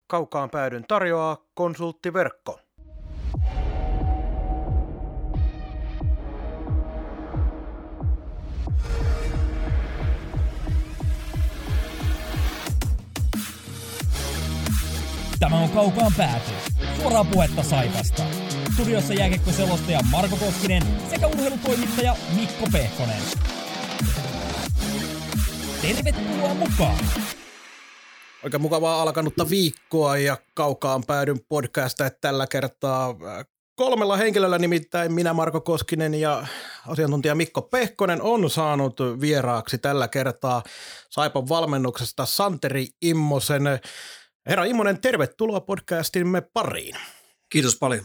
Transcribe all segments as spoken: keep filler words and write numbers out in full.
Kaukaan päädyn tarjoaa Konsulttiverkko. Tämä on Kaukaan pääty. Suoraa puhetta Saipasta. Studiossa jääkiekkoselostaja Marko Koskinen sekä urheilutoimittaja Mikko Pehkonen. Tervetuloa mukaan! Oikein mukavaa alkanutta viikkoa ja Kaukaan päädyn podcasta tällä kertaa kolmella henkilöllä, nimittäin minä Marko Koskinen ja asiantuntija Mikko Pehkonen on saanut vieraaksi tällä kertaa Saipan valmennuksesta Santeri Immosen. Herra Immonen, tervetuloa podcastimme pariin. Kiitos paljon.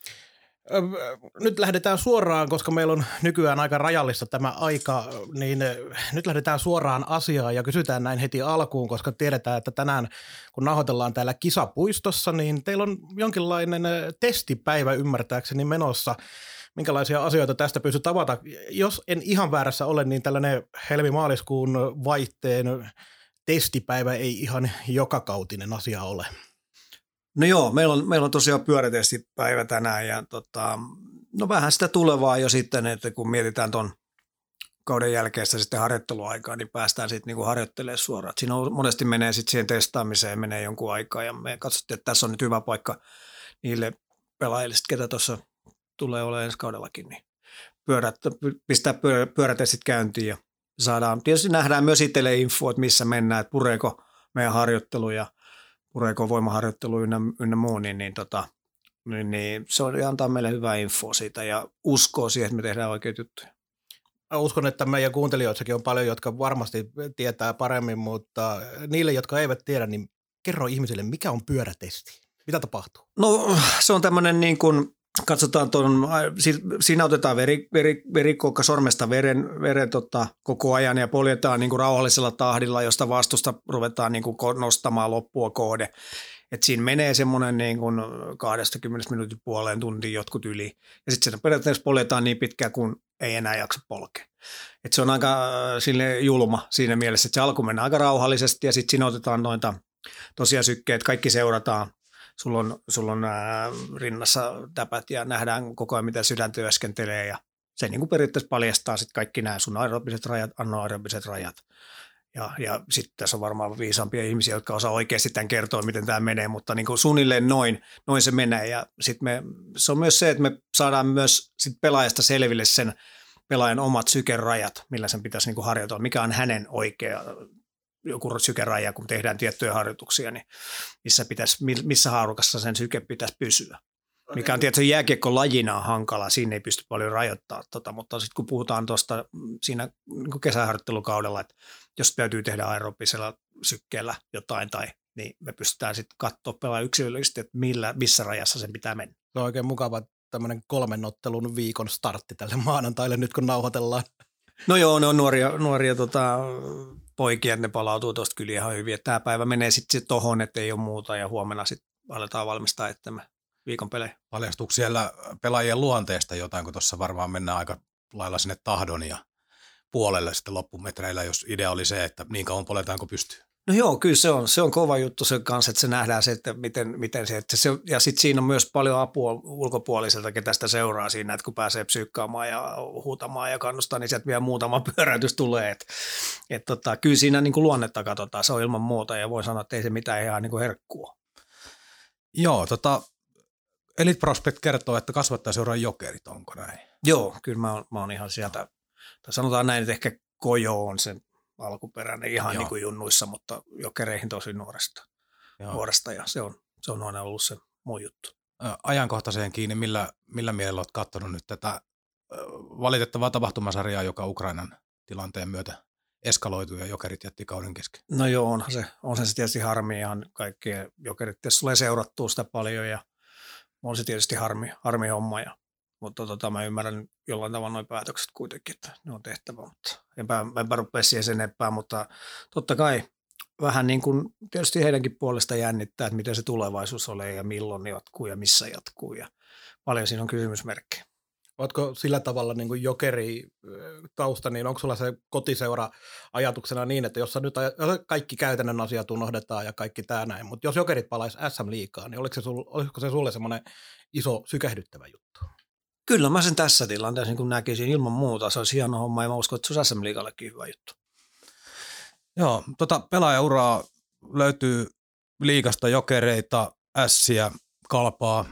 Nyt lähdetään suoraan, koska meillä on nykyään aika rajallista tämä aika, niin nyt lähdetään suoraan asiaan ja kysytään näin heti alkuun, koska tiedetään, että tänään kun nauhoitellaan täällä kisapuistossa, niin teillä on jonkinlainen testipäivä ymmärtääkseni menossa. Minkälaisia asioita tästä pystyt avata? Jos en ihan väärässä ole, niin tällainen helmi-maaliskuun vaihteen testipäivä ei ihan jokakautinen asia ole. No joo, meillä on, meillä on tosiaan pyörätestipäivä tänään ja tota, no vähän sitä tulevaa jo sitten, että kun mietitään ton kauden jälkeistä sitten harjoitteluaikaa, niin päästään sitten niinku harjoittelemaan suoraan. Et siinä on, monesti menee sitten siihen testaamiseen, menee jonkun aikaa ja me katsottiin, että tässä on nyt hyvä paikka niille pelaajille, ketä tuossa tulee olemaan ensi kaudellakin, niin pyörät, pistää pyörä, pyörätestit käyntiin ja saadaan, tietysti nähdään myös itselle info, että missä mennään, että pureeko meidän harjoittelu ja pureeko voimaharjoittelu ynnä, ynnä muu, niin, niin, tota, niin, niin se on, antaa meille hyvää infoa siitä ja uskoo siihen, että me tehdään oikeita juttuja. Mä uskon, että meidän kuuntelijoissakin on paljon, jotka varmasti tietää paremmin, mutta niille, jotka eivät tiedä, niin kerro ihmisille, mikä on pyörätesti? Mitä tapahtuu? No se on tämmöinen niin kuin, katsotaan tuon, siinä otetaan veri, veri, verikoukka sormesta veren, veren tota, koko ajan ja poljetaan niin kuin rauhallisella tahdilla, josta vastusta ruvetaan niin kuin nostamaan loppua kohde. Et siinä menee semmoinen niin kuin kaksikymmentä minuutin puoleen tuntiin jotkut yli ja sitten sitä periaatteessa poljetaan niin pitkään, kun ei enää jaksa polkea. Et se on aika sille julma siinä mielessä, että se alku mennään aika rauhallisesti ja sitten siinä otetaan noita tosiaan sykkeet, kaikki seurataan. Sulla on, sulla on ää, rinnassa täpät ja nähdään koko ajan, miten sydän työskentelee ja se niin kuin periaatteessa paljastaa sitten kaikki nämä sun aerobiset rajat, anaerobiset rajat. Ja, ja sitten tässä on varmaan viisaampia ihmisiä, jotka osaa oikeasti tämän kertoa, miten tämä menee, mutta niin kuin suunnilleen noin, noin se menee. Ja sitten me, se on myös se, että me saadaan myös sit pelaajasta selville sen pelaajan omat sykerajat, millä sen pitäisi niin kuin harjoitella, mikä on hänen oikea joku sykeraja, kun tehdään tiettyjä harjoituksia, niin missä, pitäisi, missä haarukassa sen syke pitäisi pysyä. Mikä on tietysti jääkiekko lajina hankala, siinä ei pysty paljon rajoittamaan, tota, mutta sitten kun puhutaan tuosta siinä niin kesäharjoittelukaudella, että jos täytyy tehdä aerobisella sykkeellä jotain, tai, niin me pystytään sitten katsoa pelaa yksilöllisesti, että millä, missä rajassa sen pitää mennä. Se on oikein mukava tämmöinen kolmen ottelun viikon startti tälle maanantaille nyt, kun nauhoitellaan. No joo, ne on nuoria, nuoria tota, poikia, että ne palautuu tuosta kyllä ihan hyvin. Tämä päivä menee sitten sit tohon, että ei ole muuta ja huomenna sitten aletaan valmistaa ettemme viikon pelejä. Paljastuuko siellä pelaajien luonteesta jotain, kun tuossa varmaan mennään aika lailla sinne tahdon ja puolelle sitten loppumetreillä, jos idea oli se, että niin kauan poletaan kuin pystyy? No joo, kyllä se on, se on kova juttu sen kanssa, että se nähdään se, että miten, miten se, että se, ja sitten siinä on myös paljon apua ulkopuoliselta, ketä sitä seuraa siinä, että kun pääsee psyykkaamaan ja huutamaan ja kannustaa, niin sieltä vielä muutama pyöräytys tulee, että et tota, kyllä siinä niin kuin luonnetta katsotaan, se on ilman muuta ja voi sanoa, että ei se mitään ihan niin kuin herkkua. Joo, tota, Elite Prospect kertoo, että kasvattajaseuran Jokerit, onko näin? Joo, kyllä mä oon, mä oon ihan sieltä, tai sanotaan näin, että ehkä Kojo on sen alkuperäinen ihan Joo. niin kuin junnuissa, mutta Jokereihin tosi nuoresta, nuoresta ja se on, se on aina ollut se mun juttu. Ajankohtaiseen kiinni, millä, millä mielellä olet katsonut nyt tätä valitettavaa tapahtumasarjaa, joka Ukrainan tilanteen myötä eskaloitui ja Jokerit jätti kauden kesken? No joo, onhan se, onhan se tietysti harmi ihan kaikkien Jokerit, jos tulee seurattua sitä paljon ja on se tietysti harmi, harmi homma ja mutta tota, mä ymmärrän jollain tavalla nuo päätökset kuitenkin, että ne on tehtävä, mutta enpä, enpä rupea siihen sen enempää, mutta totta kai vähän niin kuin tietysti heidänkin puolesta jännittää, että miten se tulevaisuus ole ja milloin jatkuu ja missä jatkuu ja paljon siinä on kysymysmerkkejä. Oletko sillä tavalla niin kuin jokeri tausta, niin onko sulla se kotiseura ajatuksena niin, että jos sä nyt aj- kaikki käytännön asiat unohdetaan ja kaikki tämä näin, mutta jos jokerit palaisi S M-liigaan, niin oliko se, sul, olisiko se sulle semmoinen iso sykähdyttävä juttu? Kyllä mä sen tässä tilanteessa niin kun näkisin ilman muuta. Se olisi hieno homma ja mä uskon, että se olisi S M-liigallekin hyvä juttu. Joo, tota pelaajauraa löytyy liigasta Jokereita, Ässiä, Kalpaa.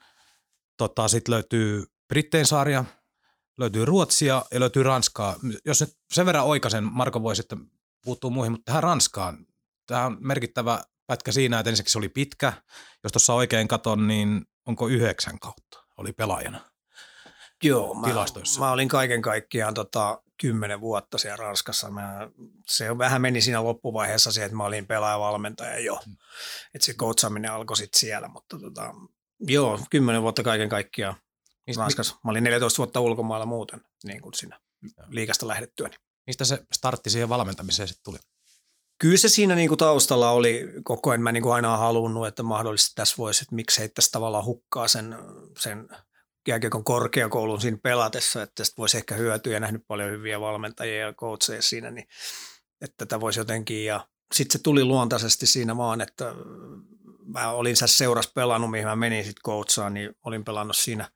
Tota, sitten löytyy Brittein sarja, löytyy Ruotsia ja löytyy Ranskaa. Jos nyt sen verran oikaisen, Marko voi sitten puuttua muihin, mutta tähän Ranskaan. Tämä on merkittävä pätkä siinä, että ensinnäkin se oli pitkä. Jos tuossa oikein katon, niin onko yhdeksän kautta oli pelaajana? Joo, mä, tilastoissa. mä olin kaiken kaikkiaan tota, kymmenen vuotta siellä Ranskassa. Mä, se vähän meni siinä loppuvaiheessa siihen, että mä olin pelaajavalmentaja jo. Mm. Että se coachaaminen alkoi sitten siellä, mutta tota, joo, kymmenen vuotta kaiken kaikkiaan Mist, Ranskassa. Mä olin neljätoista vuotta ulkomailla muuten, niin kuin siinä liigasta lähdettyäni. Mistä se startti siihen valmentamiseen sitten tuli? Kyllä se siinä niin kuin taustalla oli koko ajan. Mä niin kuin aina halunnut, että mahdollisesti tässä voisi, että miksi heittäisi tavallaan hukkaa sen, sen jääkiekon korkeakoulun siinä pelatessa, että tästä voisi ehkä hyötyä ja nähnyt paljon hyviä valmentajia ja coacheja siinä, niin että tätä voisi jotenkin. Ja sitten se tuli luontaisesti siinä vaan, että mä olin tässä seurassa pelannut, mihin mä menin sitten coachaan, niin olin pelannut siinä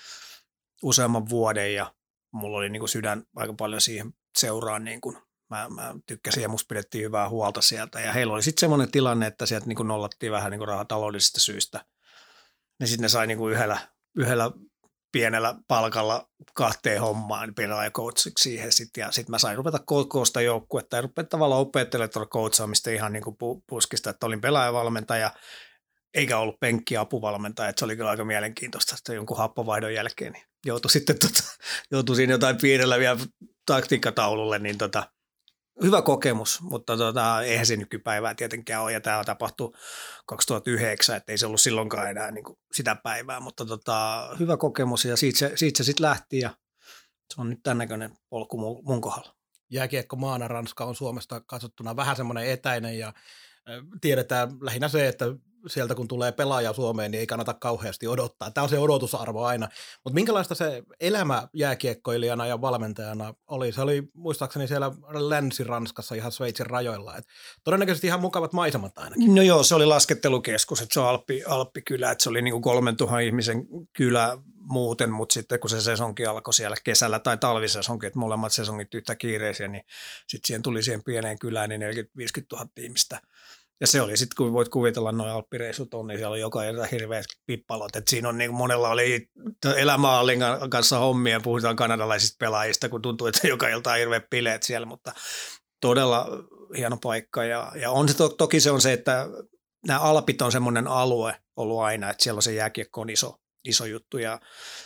useamman vuoden ja mulla oli niin kuin sydän aika paljon siihen seuraan, niin kuin mä, mä tykkäsin ja musta pidettiin hyvää huolta sieltä ja heillä oli sitten semmoinen tilanne, että sieltä niin kuin nollattiin vähän niin kuin rahataloudellisista syistä. Ja sitten ne sai niin kuin yhdellä, yhdellä pienellä palkalla kahteen hommaan pelaajacoachiksi siihen sitten ja sitten mä sain ruveta koostaa joukkuetta ja rupea tavallaan opettelemaan tuolla coachaamista ihan niin kuin puskista, että olin pelaajavalmentaja eikä ollut penkki apuvalmentaja, että se oli kyllä aika mielenkiintoista, että jonkun happovaihdon jälkeen niin joutui sitten tota, joutui siinä jotain piirrellä vielä taktiikkataululle, niin tota, hyvä kokemus, mutta tota, eihän se nykypäivää tietenkään ole, ja tämä tapahtui kaksituhattayhdeksän, että ei se ollut silloinkaan enää niin kuin sitä päivää, mutta tota, hyvä kokemus, ja siitä se, siitä se sitten lähti, ja se on nyt tämän näköinen polku mun, mun kohdalla. Jääkiekko maana Ranska on Suomesta katsottuna vähän semmoinen etäinen, ja tiedetään lähinnä se, että sieltä kun tulee pelaaja Suomeen, niin ei kannata kauheasti odottaa. Tämä on se odotusarvo aina. Mutta minkälaista se elämä jääkiekkoilijana ja valmentajana oli? Se oli muistaakseni siellä Länsi-Ranskassa ihan Sveitsin rajoilla. Et todennäköisesti ihan mukavat maisemat ainakin. No joo, se oli laskettelukeskus, että se on Alppi, Alppikylä, että se oli niinku kolmentuhannen ihmisen kylä muuten, mutta sitten kun se sesonki alkoi siellä kesällä tai talvisesonki, että molemmat sesongit yhtä kiireisiä, niin sitten siihen tuli siihen pieneen kylään niin neljäkymmentä viisikymmentä tuhatta ihmistä. Ja se oli sitten, kun voit kuvitella, noin alppireissut on, niin siellä on joka kerta hirveät pippalot. Et siinä on niin kuin monella oli elämäallin kanssa hommia, puhutaan kanadalaisista pelaajista, kun tuntuu, että joka ilta on hirveät bileet siellä, mutta todella hieno paikka. Ja, ja on se to, toki se on se, että nämä Alpit on semmoinen alue ollut aina, että siellä on se jääkiekko on iso, iso juttu. Ja,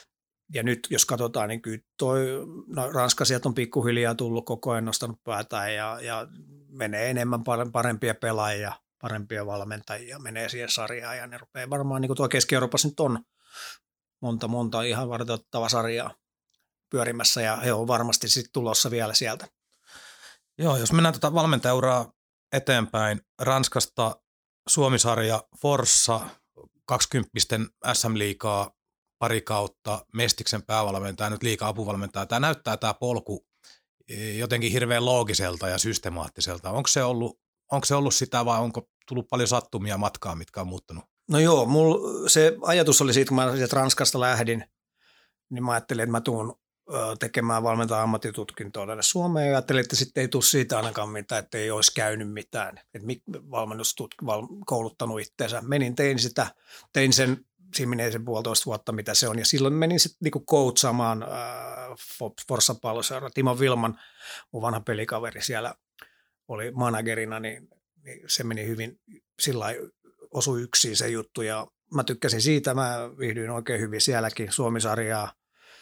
ja nyt jos katsotaan, niin kyllä toi, no Ranska sieltä on pikkuhiljaa tullut koko ajan nostanut päätään ja, ja menee enemmän parempia pelaajia, parempia valmentajia, menee siihen sarjaan ja ne rupeaa varmaan, niin kuin tuo Keski-Euroopassa nyt on monta, monta ihan vartoittavaa sarjaa pyörimässä ja he on varmasti sitten tulossa vielä sieltä. Joo, jos mennään tuota valmentajauraa eteenpäin, Ranskasta Suomi-sarja, Forssa, kaksikymppisten S M-liigaa, pari kautta, Mestiksen päävalmentaja, nyt liiga apuvalmentaja. Tämä näyttää tämä polku jotenkin hirveän loogiselta ja systemaattiselta. Onko se ollut, onko se ollut sitä vai onko tullut paljon sattumia matkaa, mitkä on muuttunut? No joo, mulla se ajatus oli siitä, kun mä sieltä Ranskasta lähdin, niin mä ajattelin, että mä tuun tekemään valmentajan ammattitutkintoa tänne Suomeen ja ajattelin, että sitten ei tule siitä ainakaan mitään, että ei olisi käynyt mitään. Että valmennus kouluttanut itseensä. Menin, tein sitä, tein sen, siinä menee sen puolitoista vuotta, mitä se on. Ja silloin menin sitten niinku coachamaan äh, Forssan palloseura. Timo Vilman, mun vanha pelikaveri siellä oli managerina, niin, niin se meni hyvin, sillä osui yksin se juttu. Ja mä tykkäsin siitä, mä viihdyin oikein hyvin sielläkin Suomi-sarjaa.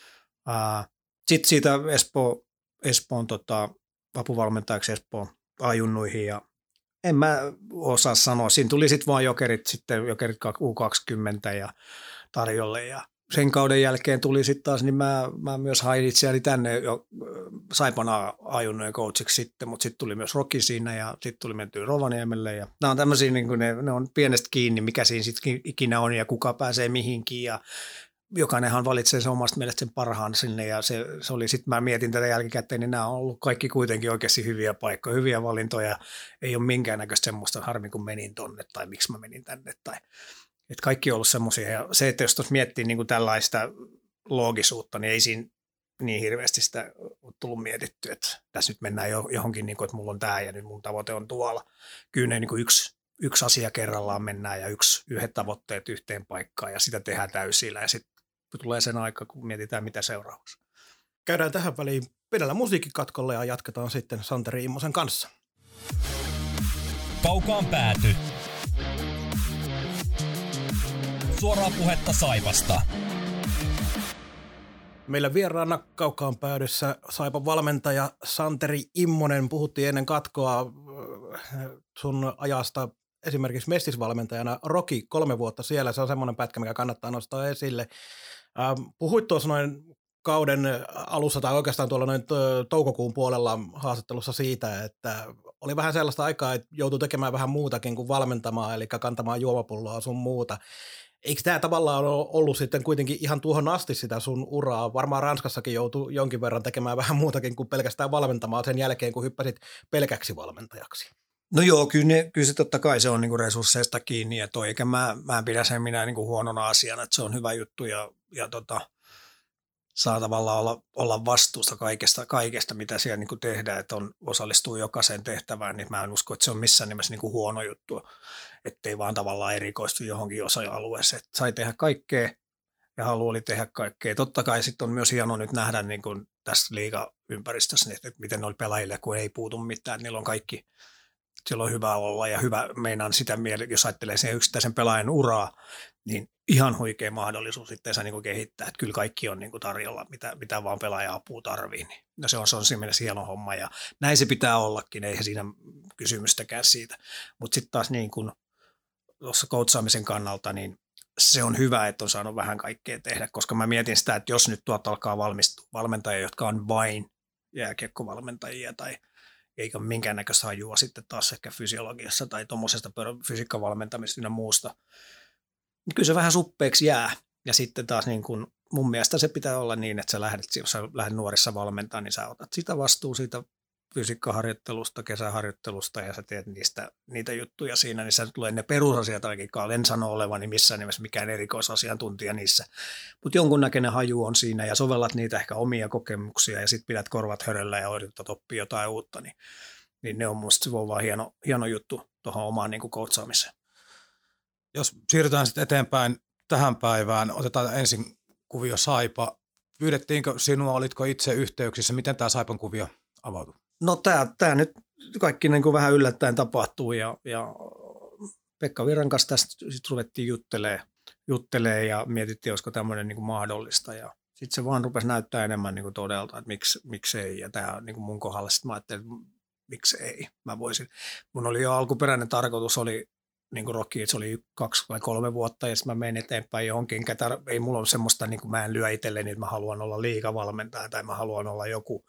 Äh, Sitten siitä Espoo, Espoon tota, apuvalmentajaksi Espoon ajunnuihin ja en mä osaa sanoa. Siinä tuli sitten vaan jokerit, sitten jokerit U kaksikymmentä ja tarjolle ja sen kauden jälkeen tuli sitten taas, niin mä, mä myös hain itseäni tänne jo Saipan ajunnujen coachiksi sitten, mutta sitten tuli myös Roki siinä ja sitten tuli mentyä Rovaniemelle ja nämä on tämmöisiä, niin kuin ne, ne on pienestä kiinni, mikä siinä sitten ikinä on ja kuka pääsee mihinkin ja jokainenhan valitsee sen omasta mielestä sen parhaan sinne ja se, se oli sitten, mä mietin tätä jälkikäteen, niin nämä on ollut kaikki kuitenkin oikeasti hyviä paikkoja, hyviä valintoja, ei ole minkäännäköistä semmoista harmi, kun menin tonne tai miksi mä menin tänne tai että kaikki on ollut semmoisia ja se, että jos tuossa miettii niin kuin tällaista loogisuutta, niin ei siinä niin hirveästi sitä ole tullut mietitty, että tässä nyt mennään johonkin, niin kuin, että mulla on tämä ja nyt mun tavoite on tuolla. Kyllä ne niin kuin yksi, yksi asia kerrallaan mennään ja yksi, yhdet tavoitteet yhteen paikkaan ja sitä tehdään täysillä ja sitten tulee sen aika, kun mietitään mitä seuraavaksi. Käydään tähän väliin pienellä musiikkikatkolla ja jatketaan sitten Santeri Immosen kanssa. Kaukaan pääty. Suoraa puhetta Saipasta. Meillä vieraana Kaukaan päädyssä Saipan valmentaja Santeri Immonen. Puhuttiin ennen katkoa sun ajasta esimerkiksi mestisvalmentajana. Roki kolme vuotta siellä, se on semmoinen pätkä, mikä kannattaa nostaa esille. Puhuit tuossa noin kauden alussa tai oikeastaan tuolla noin toukokuun puolella haastattelussa siitä, että oli vähän sellaista aikaa, että joutui tekemään vähän muutakin kuin valmentamaan, eli kantamaan juomapulloa sun muuta. Eikö tämä tavallaan ole ollut sitten kuitenkin ihan tuohon asti sitä sun uraa? Varmaan Ranskassakin joutui jonkin verran tekemään vähän muutakin kuin pelkästään valmentamaan sen jälkeen, kun hyppäsit pelkäksi valmentajaksi. No joo, kyllä, ne, kyllä se totta kai se on niinku resursseista kiinni ja toi, eikä mä, mä en pidä sen minä niinku huonona asiana, että se on hyvä juttu ja, ja tota, saa tavallaan olla, olla vastuussa kaikesta, kaikesta, mitä siellä niinku tehdään, että on, osallistuu jokaiseen tehtävään, niin mä en usko, että se on missään nimessä niinku huono juttu, ettei vaan tavallaan erikoistu johonkin osa-alueeseen. Että sai tehdä kaikkea ja halu oli tehdä kaikkea. Totta kai sitten on myös hieno nyt nähdä niin kuin tässä liigaympäristössä, että miten noilla pelaajille, kun ei puutu mitään, että niillä on kaikki, siellä on hyvä olla ja hyvä, meinaan sitä mieltä, jos ajattelee sen yksittäisen pelaajan uraa, niin ihan huikea mahdollisuus sitten se niin kehittää, että kyllä kaikki on niin kuin tarjolla, mitä, mitä vaan pelaaja-apua tarvii. Niin. No se on, se on siinä mielessä hieno homma ja näin se pitää ollakin, eihän siinä kysymystäkään siitä. Mutta sitten taas niin kuin tuossa coachaamisen kannalta, niin se on hyvä, että on saanut vähän kaikkea tehdä, koska mä mietin sitä, että jos nyt tuolta alkaa valmistua valmentajia, jotka on vain jääkiekkovalmentajia tai eikä minkäännäköistä hajua sitten taas ehkä fysiologiassa tai tuommoisesta fysiikkavalmentamista ja muusta, niin kyllä se vähän suppeeksi jää. Ja sitten taas niin kuin mun mielestä se pitää olla niin, että sä lähdet, jos sä lähdet nuorissa valmentaa, niin sä otat sitä vastuu siitä fysiikkaharjoittelusta, kesäharjoittelusta ja sä teet niistä, niitä juttuja siinä, niin sä tulee ne perusasiat ainakin, en sano olevani missään nimessä mikään erikoisasiantuntija niissä, mutta jonkunnäköinen haju on siinä ja sovellat niitä ehkä omia kokemuksia ja sitten pidät korvat höröllä ja yrität oppia jotain uutta, niin, niin ne on musta se voi vaan hieno, hieno juttu tuohon omaan niin kuin coachaamiseen. Jos siirrytään sitten eteenpäin tähän päivään, otetaan ensin kuvio Saipa. Pyydettiinkö sinua, olitko itse yhteyksissä, miten tämä Saipan kuvio avautui? No tämä, tämä nyt kaikki niin kuin vähän yllättäen tapahtuu ja, ja Pekka Virran kanssa tästä sitten ruvettiin juttelemaan, juttelee ja mietittiin, olisiko tämmöinen niin kuin mahdollista ja sitten se vaan rupesi näyttää enemmän niin kuin todelta, että miksi, miksi ei ja tämä niin kuin mun kohdalla sitten mä ajattelin, että miksi ei, mä voisin. Mun oli jo alkuperäinen tarkoitus oli niin kuin Rocky, että se oli kaksi vai kolme vuotta ja sitten mä menen eteenpäin johonkin, ketä, ei mulla ole semmoista, niin kuin mä en lyö itselleni, että mä haluan olla liigavalmentaja tai mä haluan olla joku.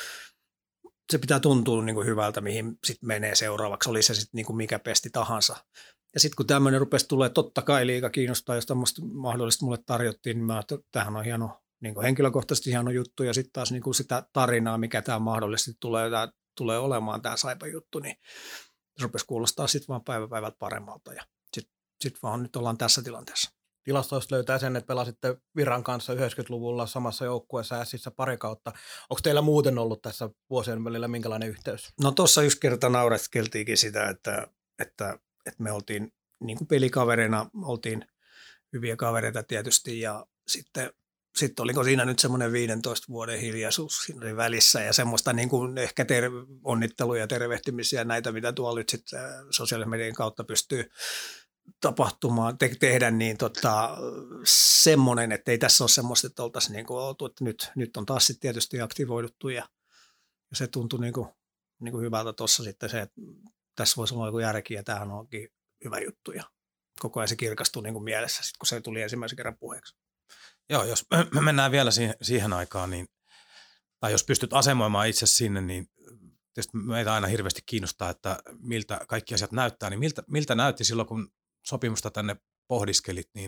Se pitää tuntua niin kuin hyvältä, mihin sitten menee seuraavaksi, oli se sitten niin kuin mikä pesti tahansa. Ja sitten kun tämmöinen rupesi tulee, totta kai liiga kiinnostaa, jos tämmöistä mahdollista mulle tarjottiin, niin mä ajattelin, että tämähän on hieno, niin kuin henkilökohtaisesti hieno juttu, ja sitten taas niin kuin sitä tarinaa, mikä tämä mahdollisesti tulee, tämä tulee olemaan tämä Saipan juttu, niin se rupesi kuulostaa sitten vaan päivä päivältä paremmalta, ja sitten sit vaan nyt ollaan tässä tilanteessa. Tilastoista löytää sen, että pelasitte Virran kanssa yhdeksänkymmentäluvulla samassa joukkueessa Ässissä pari kautta. Onko teillä muuten ollut tässä vuosien välillä minkälainen yhteys? No tuossa yksi kerta naureskeltiinkin sitä, että, että, että me oltiin niin kuin pelikavereina, oltiin hyviä kavereita tietysti ja sitten sitten oliko siinä nyt semmoinen viidentoista vuoden hiljaisuus siinä välissä ja semmoista niin kuin ehkä ter- onnitteluja ja tervehtimisiä näitä, mitä tuolla nyt sitten sosiaalisen median kautta pystyy tapahtumaan, te- tehdä, niin tota, semmoinen, että ei tässä ole semmoista, että oltaisiin niin kuin oltu, että nyt, nyt on taas sitten tietysti aktivoiduttu ja, ja se tuntui niin kuin, niin kuin hyvältä tuossa sitten se, että tässä voisi olla joku järki ja tämähän onkin hyvä juttu ja koko ajan se kirkastui niin kuin mielessä, sit kun se tuli ensimmäisen kerran puheeksi. Joo, jos me mennään vielä siihen, siihen aikaan, niin, tai jos pystyt asemoimaan itse sinne, niin tietysti meitä aina hirveästi kiinnostaa, että miltä kaikki asiat näyttää, niin miltä, miltä näytti silloin, kun sopimusta tänne pohdiskelit, niin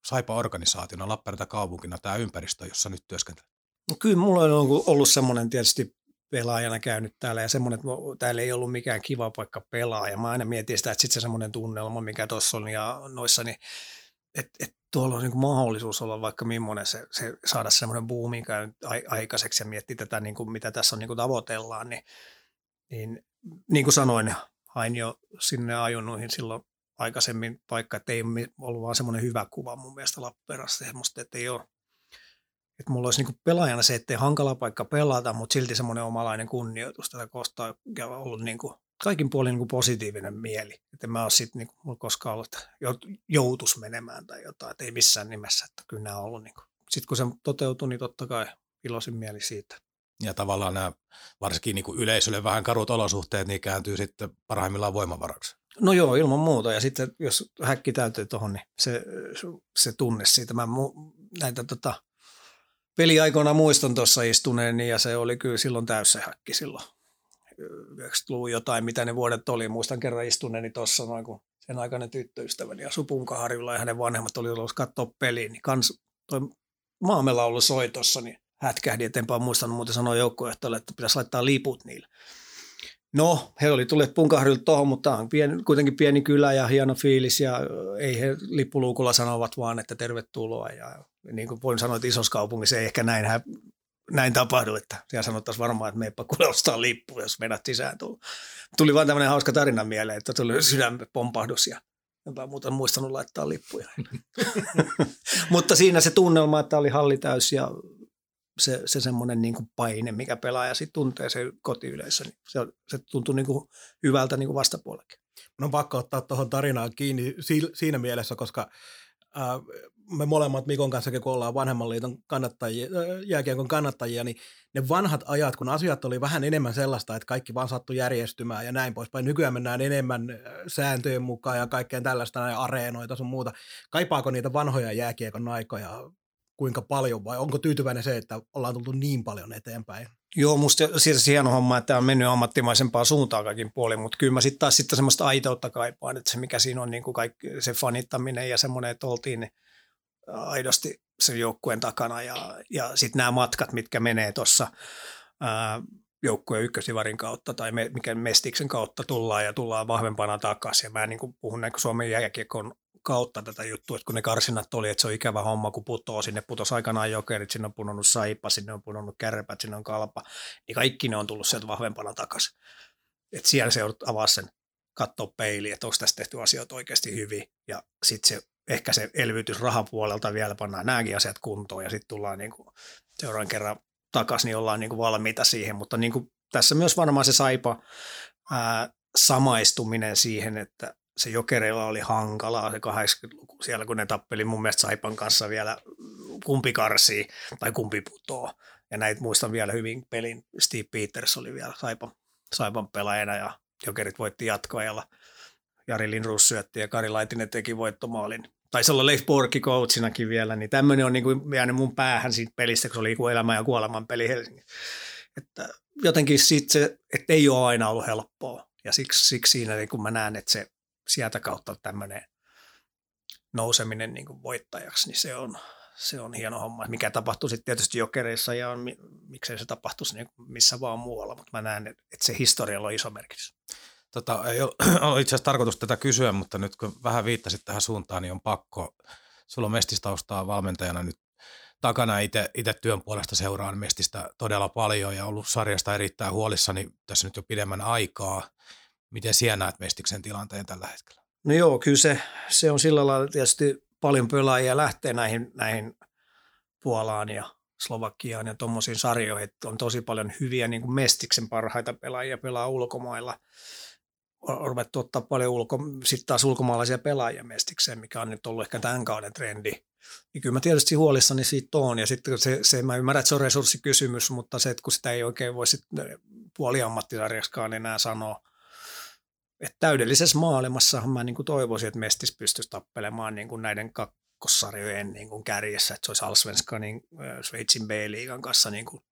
Saipa-organisaationa, Lappeenranta kaupunkina tämä ympäristö, jossa nyt työskentelee? No kyllä mulla on ollut semmoinen tietysti pelaajana käynyt täällä ja semmoinen, että täällä ei ollut mikään kiva paikka pelaa ja mä aina mietin sitä, että sitten se semmoinen tunnelma, mikä tuossa on ja noissa, niin että et tuolla on niin kuin mahdollisuus olla vaikka millainen se, se saada semmoinen buumi aikaiseksi ja miettiä tätä, niin kuin mitä tässä on niin kuin tavoitellaan, niin, niin, niin kuin sanoin, hain jo sinne ajunnuihin silloin aikaisemmin paikka, että ei ollut vaan semmoinen hyvä kuva mun mielestä Lappeenrannasta semmoista, että ei ole. Että mulla olisi niinku pelaajana se, ettei hankala paikka pelata, mutta silti semmoinen omalainen kunnioitus tätä kohtaa ja ollut niinku kaikin puolin niinku positiivinen mieli. Että mä oon sitten niinku, mulla koskaan ollut, että joutus menemään tai jotain, että ei missään nimessä, että kyllä nämä on ollut niinku. Sitten kun se toteutui, niin totta kai iloisin mieli siitä. Ja tavallaan nämä varsinkin niinku yleisölle vähän karut olosuhteet, niin kääntyy sitten parhaimmillaan voimavaraksi. No joo, ilman muuta. Ja sitten jos häkki täytyy tuohon, niin se, se tunne siitä. Mä mu- näitä tota, peliaikoina muistan tuossa istuneeni ja se oli kyllä silloin täys se häkki silloin. yhdeksänkymmentäluvun jotain, mitä ne vuodet oli. Muistan kerran istuneeni tuossa noin, kun sen aikainen tyttöystäväni ja Supunkaharjulla ja hänen vanhemmat oli ollut katsoa peliin. Niin kans toi Maamelaulu soi tuossa, niin hätkähdi, et enpä muistanut muuten sanoa joukkuejohtajalle, että pitäisi laittaa liput niille. No, he oli tulleet Punkaharjulta tuohon, mutta tämä on pieni, kuitenkin pieni kylä ja hieno fiilis ja ei he lippuluukulla sanovat vaan, että tervetuloa. Ja niin kuin voin sanoa, että isossa kaupungissa ei ehkä näin, näin tapahdu, että siellä sanottaisiin varmaan, että meipä kuule ostaa lippu, jos meidät sisään tullut. Tuli vaan tämmöinen hauska tarina mieleen, että tuli sydämen pompahdus ja enpä muuta muistanut laittaa lippuja. Mutta siinä se tunnelma, että oli halli täys ja se, se semmoinen niin kuin paine, mikä pelaaja sitten tuntee se kotiyleisö, niin se, se tuntuu niin kuin hyvältä niin kuin vastapuolellekin. No on pakko ottaa tuohon tarinaan kiinni siinä mielessä, koska äh, me molemmat Mikon kanssa, kun ollaan vanhemman liiton kannattajia, jääkiekon kannattajia, niin ne vanhat ajat, kun asiat oli vähän enemmän sellaista, että kaikki vaan sattui järjestymään ja näin poispäin. Nykyään mennään enemmän sääntöjen mukaan ja kaikkeen tällaista, näin areenoita sun muuta. Kaipaako niitä vanhoja jääkiekon aikoja kuinka paljon vai onko tyytyväinen se, että ollaan tultu niin paljon eteenpäin? Joo, musta siis hieno homma, että on mennyt ammattimaisempaa suuntaan kaikin puolin, mutta kyllä mä sitten taas sitten semmoista aitoutta kaipaan, että se mikä siinä on niin kuin kaikki, se fanittaminen ja semmoinen, että oltiin aidosti sen joukkueen takana ja, ja sitten nämä matkat, mitkä menee tuossa joukkueen ykkösivarin kautta tai me, mikä Mestiksen kautta tullaan ja tullaan vahvempana takaisin. Ja mä niin kuin puhun näin Suomen jääkiekon kautta tätä juttua, että kun ne karsinat oli, että se on ikävä homma, kun putoo sinne, putosi aikanaan Jokerit, sinne on punonnut Saipa, sinne on punonnut Kärpät, sinne on Kalpa, niin kaikki ne on tullut sieltä vahvempana takaisin. Että siellä se avaa sen, katsoa peiliin, että onko tässä tehty asioita oikeasti hyvin, ja sitten se, ehkä se elvytys rahapuolelta vielä pannaan nämäkin asiat kuntoon, ja sitten tullaan niin kuin seuraavan kerran takaisin, niin ollaan niin kuin valmiita siihen, mutta niin kuin tässä myös varmaan se Saipa ää, samaistuminen siihen, että se Jokereilla oli hankalaa se kahdeksankymmentäluku siellä, kun ne tappeli mun mielestä Saipan kanssa vielä kumpi karsii tai kumpi putoo. Ja näitä muistan vielä hyvin pelin. Steve Peters oli vielä Saipan, Saipan pelaajana ja Jokerit voitti jatkoajalla. Jari Lindroos syötti ja Kari Laitinen teki voittomaalin. Taisi olla Leif Borkki coachinakin vielä, niin tämmöinen on niin kuin jäänyt mun päähän siitä pelistä, kun se oli kuin elämän ja kuoleman peli Helsingissä. Että jotenkin sit se, että ei ole aina ollut helppoa. Ja siksi, siksi siinä, kun mä näen, että se sieltä kautta tämmöinen nouseminen niin kuin voittajaksi, niin se on, se on hieno homma. Mikä tapahtui sitten tietysti Jokereissa ja on, miksei se tapahtuisi niin kuin missä vaan muualla, mutta mä näen, että se historialla on iso merkitys. Tota, ei ole itse asiassa tarkoitus tätä kysyä, mutta nyt kun vähän viittasit tähän suuntaan, niin on pakko. Sulla on Mestistaustaa valmentajana nyt takana, itse työn puolesta seuraan Mestistä todella paljon ja ollut sarjasta erittäin huolissani tässä nyt jo pidemmän aikaa. Miten siellä näet Mestiksen tilanteen tällä hetkellä? No joo, kyllä se, se on sillä lailla tietysti paljon pelaajia lähtee näihin, näihin Puolaan ja Slovakiaan ja tuommoisiin sarjoihin, että on tosi paljon hyviä niin kuin Mestiksen parhaita pelaajia pelaa ulkomailla. On ruvettu ottaa paljon ulko, sitten taas ulkomaalaisia pelaajia Mestikseen, mikä on nyt ollut ehkä tämän kauden trendi. Niin kyllä mä tietysti huolissani siitä on, ja sitten se, se, mä ymmärrän, että se on resurssikysymys, mutta se, että kun sitä ei oikein voi sitten puoliammattisarjaskaan enää sanoa, että täydellisessä maailmassa mä niin kuin toivoisin, että Mestis pystyisi tappelemaan niin kuin näiden kakkossarjojen niin kuin kärjessä, että se olisi Allsvenskanin, Sveitsin B-liigan kanssa niin kuin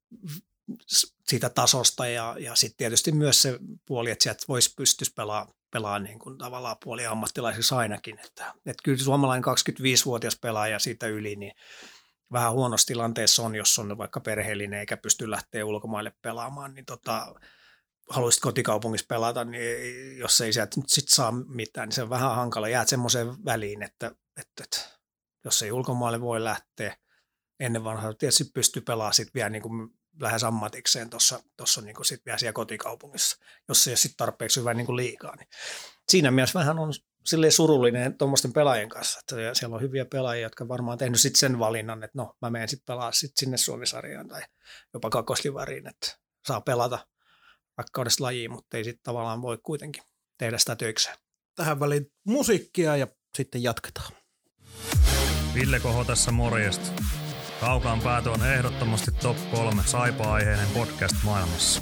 siitä tasosta ja, ja sitten tietysti myös se puoli, että sieltä voisi pystyisi pelaamaan pelaa niin kuin tavallaan puoli ammattilaisiksi ainakin. Että, että kyllä suomalainen kaksikymmentäviisivuotias pelaaja siitä yli, niin vähän huonossa tilanteessa on, jos on vaikka perheellinen eikä pysty lähteä ulkomaille pelaamaan, niin tota, haluaisit kotikaupungissa pelata, niin jos ei sieltä nyt sit saa mitään, niin se on vähän hankala. Jäät semmoiseen väliin, että, että, että jos ei ulkomaille voi lähteä, ennen vanhaa tietysti pystyy pelaamaan sit vielä niin kuin lähes ammatikseen tuossa niin kuin sit vielä siellä kotikaupungissa, jos ei ole sit tarpeeksi hyvä niin kuin liigaa. Niin siinä mielessä vähän on silleen surullinen tuommoisten pelaajien kanssa, että siellä on hyviä pelaajia, jotka varmaan on tehnyt sit sen valinnan, että no mä menen sitten pelaa sit sinne Suomi-sarjaan tai jopa kakkoslivariin, että saa pelata rakkaudesta lajiin, mutta ei sitten tavallaan voi kuitenkin tehdä sitä töikseen. Tähän väliin musiikkia ja sitten jatketaan. Ville Koho tässä morjesta. Kaukaan pääty on ehdottomasti top kolme Saipa-aiheinen podcast maailmassa.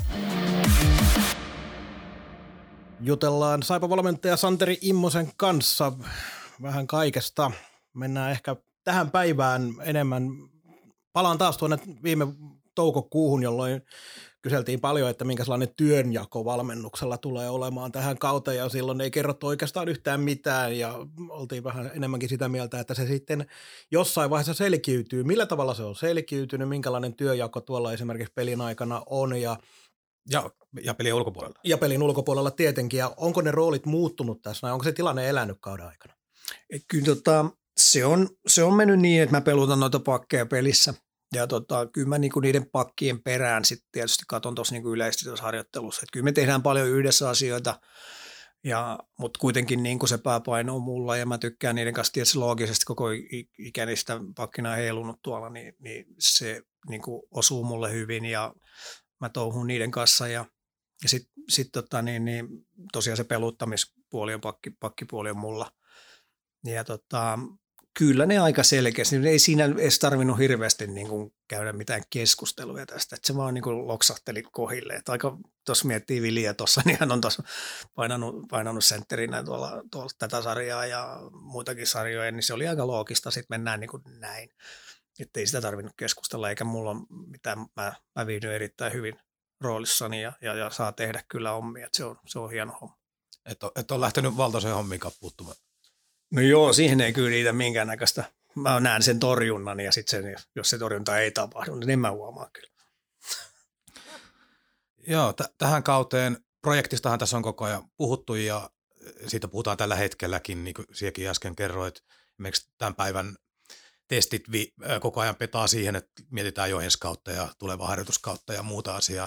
Jutellaan Saipa-valmentaja Santeri Immosen kanssa vähän kaikesta. Mennään ehkä tähän päivään enemmän. Palaan taas tuonne viime toukokuuhun, jolloin kyseltiin paljon, että minkälainen työnjako valmennuksella tulee olemaan tähän kauteen, ja silloin ei kerrottu oikeastaan yhtään mitään, ja oltiin vähän enemmänkin sitä mieltä, että se sitten jossain vaiheessa selkiytyy. Millä tavalla se on selkiytynyt, minkälainen työnjako tuolla esimerkiksi pelin aikana on, ja Ja, ja pelin ulkopuolella. Ja pelin ulkopuolella tietenkin, ja onko ne roolit muuttunut tässä, ja onko se tilanne elänyt kauden aikana? Et kyllä tota, se, on, se on mennyt niin, että mä pelutan noita pakkeja pelissä. Ja tota, kyllä mä niinku niiden pakkien perään sitten tietysti katson tuossa niinku yleisesti tuossa harjoittelussa. Et kyllä me tehdään paljon yhdessä asioita, ja, mutta kuitenkin niinku se pääpaino on mulla, ja mä tykkään niiden kanssa tietysti loogisesti koko ikäni sitä pakkina heilunut tuolla, niin, niin se niinku osuu mulle hyvin, ja mä touhun niiden kanssa, ja, ja sitten sit tota, niin, niin, tosiaan se peluttamispuoli on, pakki, pakkipuoli on mulla. Ja tota, kyllä ne aika selkeästi, ei siinä edes tarvinnut hirveästi niin kuin käydä mitään keskusteluja tästä, että se vaan niin kuin loksahteli kohille. Että aika tuossa miettii Viliä tuossa, niin hän on tuossa painanut, painanut sentterinä tuolla, tuolla tätä sarjaa ja muitakin sarjoja, niin se oli aika loogista, sitten mennään niin kuin näin. Että ei sitä tarvinnut keskustella, eikä mulla mitään, mä, mä viihdyn erittäin hyvin roolissani ja, ja, ja saa tehdä kyllä hommia, että se on, se on hieno homma. Että on, et on lähtenyt valtaiseen hommiin puuttumaan. No joo, siihen ei kyllä riitä minkäännäköistä. Mä näen sen torjunnan, ja sitten jos se torjunta ei tapahdu, niin en mä huomaa kyllä. Joo, t- tähän kauteen projektistahan tässä on koko ajan puhuttu, ja siitä puhutaan tällä hetkelläkin, niin kuin sinäkin äsken kerroit. Esimerkiksi tämän päivän testit vi- koko ajan petaa siihen, että mietitään jo ensi kautta ja tulevaa harjoituskautta ja muuta asiaa.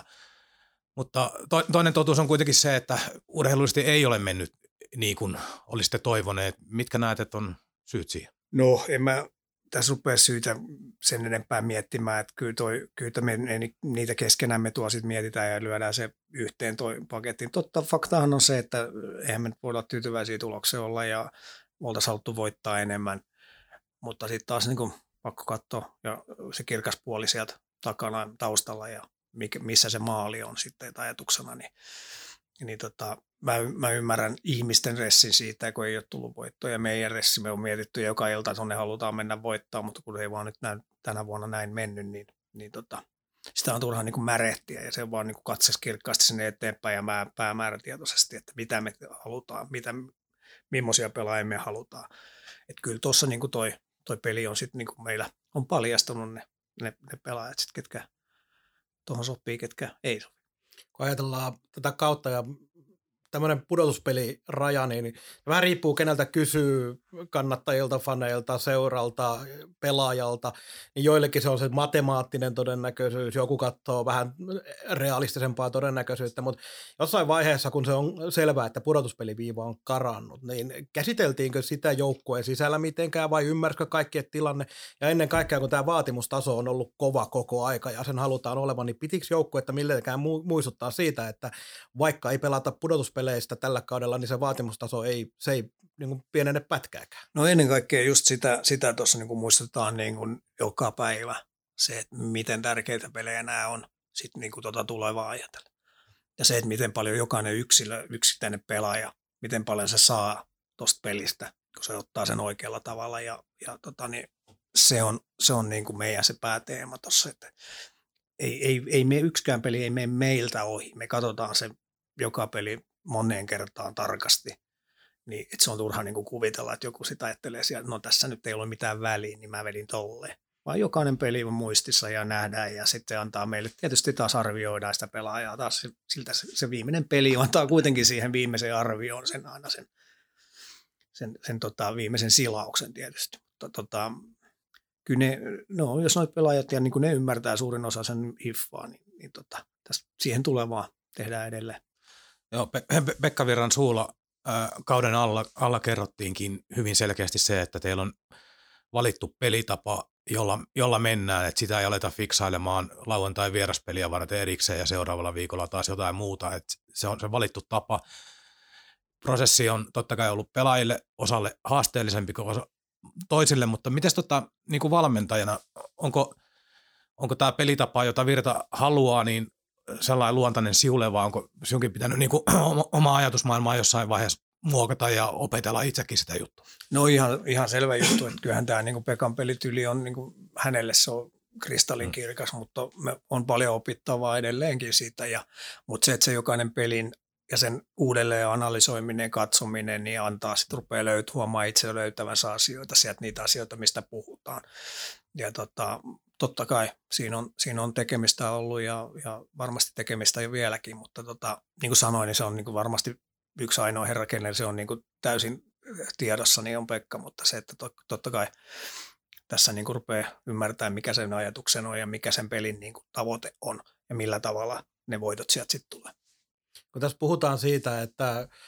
Mutta to- toinen totuus on kuitenkin se, että urheilullisesti ei ole mennyt niin kuin olisitte toivoneet. Mitkä näet, että on syyt siihen? No, en mä tässä rupea syytä sen enempää miettimään, että kyllä, toi, kyllä me niitä keskenään me tuo sitten mietitään ja lyödään se yhteen toi paketti. Totta faktahan on se, että eihän me voida tyytyväisiä tuloksia olla ja oltaisiin haluttu voittaa enemmän, mutta sitten taas niin kuin pakko katsoa ja se kirkas puoli sieltä takana taustalla ja missä se maali on sitten ajatuksena, niin Niin tota, mä, mä ymmärrän ihmisten ressin siitä, kun ei ole tullut voittoa. Ja meidän ressi me on mietitty joka ilta, että onne halutaan mennä voittaa, mutta kun ei vaan nyt näin, tänä vuonna näin mennyt, niin, niin tota, sitä on turhaan niin kuin märehtiä. Ja se vaan niin kuin katsesi kirkkaasti sinne eteenpäin ja mä päämäärätietoisesti, että mitä me halutaan, mitä, millaisia pelaajia me halutaan. Että kyllä tuossa niin kuin toi, toi peli on sitten niin kuin meillä on paljastunut ne, ne, ne pelaajat, sit, ketkä tuohon sopii, ketkä ei sopi. Kun ajatellaan tätä kautta ja tämmöinen pudotuspeliraja, niin vähän riippuu keneltä kysyy, kannattajilta, faneilta, seuralta, pelaajalta, niin joillekin se on se matemaattinen todennäköisyys, joku katsoo vähän realistisempaa todennäköisyyttä, mutta jossain vaiheessa, kun se on selvää, että pudotuspeliviiva on karannut, niin käsiteltiinkö sitä joukkueen sisällä mitenkään vai ymmärsikö kaikki tilanne, ja ennen kaikkea, kun tämä vaatimustaso on ollut kova koko aika ja sen halutaan olevan, niin pitikö joukkuetta millenkään muistuttaa siitä, että vaikka ei pelata pudotuspeliä peleistä tällä kaudella, niin se vaatimustaso ei, se ei niin kuin pienene pätkääkään. No ennen kaikkea just sitä, sitä tuossa niin kuin muistetaan niin kuin joka päivä, se, että miten tärkeitä pelejä nämä on sitten niin kuin tuota tulevaa ajatella. Ja se, että miten paljon jokainen yksilö, yksittäinen pelaaja, miten paljon se saa tuosta pelistä, kun se ottaa sen oikealla tavalla. Ja, ja tota, niin se on, se on niin kuin meidän se pääteema tuossa, että ei, ei, ei me yksikään peli ei mene meiltä ohi. Me katsotaan se joka peli moneen kertaan tarkasti, niin että se on turha niin kuin kuvitella, että joku sitä ajattelee sieltä, no tässä nyt ei ole mitään väliä, niin mä vedin tolleen. Vaan jokainen peli on muistissa ja nähdään ja sitten antaa meille, tietysti taas arvioidaan sitä pelaajaa, taas siltä se viimeinen peli antaa kuitenkin siihen viimeiseen arvioon sen aina sen, sen, sen tota, viimeisen silauksen tietysti. Mutta tota, kyllä ne, no, jos noit pelaajat ja niin kun ne ymmärtää suurin osa sen hiffaa, niin, niin tota, tästä, siihen tulee vaan tehdään edelleen. Joo, Pe- Pe- Pekka Virran suulla äh, kauden alla, alla kerrottiinkin hyvin selkeästi se, että teillä on valittu pelitapa, jolla, jolla mennään, että sitä ei aleta fiksailemaan lauantai vieraspeliä varten erikseen ja seuraavalla viikolla taas jotain muuta, että se on se valittu tapa. Prosessi on totta kai ollut pelaajille osalle haasteellisempi kuin osa toisille, mutta miten tota, niin kuin valmentajana, onko, onko tämä pelitapa, jota Virta haluaa, niin sellainen luontainen sinulle, vai onko sinunkin pitänyt niin kuin oma ajatusmaailmaa jossain vaiheessa muokata ja opetella itsekin sitä juttua? No ihan, ihan selvä juttu, että kyllähän tämä niin Pekan pelityyli on, niin kuin, hänelle se on kristallinkirkas, mm. mutta me on paljon opittavaa edelleenkin siitä, ja, mutta se, että se jokainen pelin ja sen uudelleen analysoiminen, katsominen, niin antaa sitten rupeaa löyt, huomaa itse löytävänsä asioita, sieltä niitä asioita, mistä puhutaan. Ja tota, totta kai siinä on, siinä on tekemistä ollut ja, ja varmasti tekemistä jo vieläkin, mutta tota, niin kuin sanoin, niin se on niin kuin varmasti yksi ainoa herra, kenelle se on niin kuin täysin tiedossa, niin on Pekka, mutta se, että to, totta kai tässä niin kuin rupeaa ymmärtämään, mikä sen ajatuksen on ja mikä sen pelin niin kuin tavoite on ja millä tavalla ne voitot sieltä sitten tulee. Kun tässä puhutaan siitä, että äh,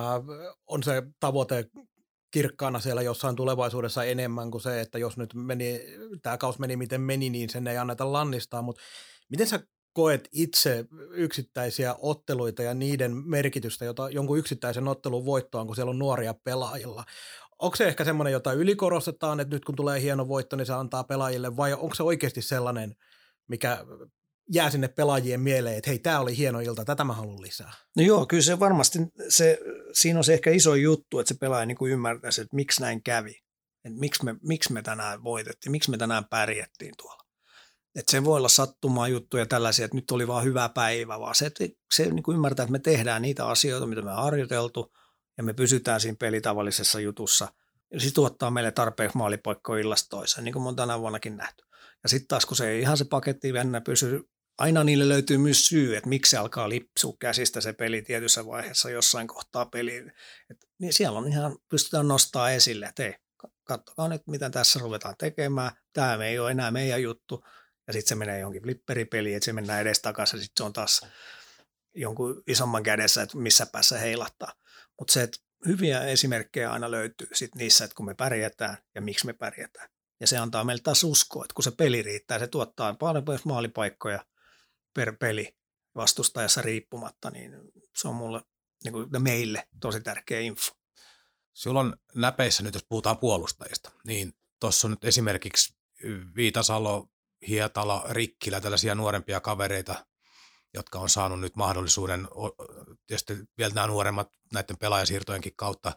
on se tavoite kirkkaana siellä jossain tulevaisuudessa enemmän kuin se, että jos nyt meni, tämä kaus meni miten meni, niin sen ei anneta lannistaa, mutta miten sä koet itse yksittäisiä otteluita ja niiden merkitystä, jota jonkun yksittäisen ottelun voittoon, kun siellä on nuoria pelaajilla? Onko se ehkä semmoinen, jota ylikorostetaan, että nyt kun tulee hieno voitto, niin se antaa pelaajille, vai onko se oikeasti sellainen, mikä jää sinne pelaajien mieleen, että hei, tämä oli hieno ilta, tätä mä haluan lisää? No joo, kyllä se varmasti, se, siinä on se ehkä iso juttu, että se pelaaja niin kuin ymmärtäisi, että miksi näin kävi, että miksi me, miksi me tänään voitettiin, miksi me tänään pärjättiin tuolla. Että se voi olla sattumaa juttuja tällaisia, että nyt oli vaan hyvä päivä, vaan se, että se niin kuin ymmärtää, että me tehdään niitä asioita, mitä me on harjoiteltu, ja me pysytään siinä pelitavallisessa jutussa, ja se tuottaa meille tarpeeksi maalipaikkoja illasta toiseen, niin kuin me on tänä vuonnakin nähty. Ja sitten taas, kun se ei ihan se paketti vennä pysy, aina niille löytyy myös syy, että miksi se alkaa lipsua käsistä se peli tietyssä vaiheessa jossain kohtaa peliin. Et, niin siellä on ihan, pystytään nostaa esille, että hei, katsokaa nyt, mitä tässä ruvetaan tekemään, tämä ei ole enää meidän juttu, ja sitten se menee johonkin flipperipeliin, että se mennään edestakaisin, ja sitten se on taas jonkun isomman kädessä, että missä päässä heilattaa. Mutta se, että hyviä esimerkkejä aina löytyy sit niissä, että kun me pärjätään ja miksi me pärjätään. Ja se antaa meille taas uskoa, että kun se peli riittää, se tuottaa paljon maalipaikkoja per peli vastustajassa riippumatta, niin se on mulle, niin kuin meille tosi tärkeä info. Sulla on näpeissä nyt, jos puhutaan puolustajista, niin tuossa on nyt esimerkiksi Viitasalo, Hietala, Rikkilä, tällaisia nuorempia kavereita, jotka on saanut nyt mahdollisuuden, tietysti vielä nämä nuoremmat näiden pelaajasiirtojenkin kautta.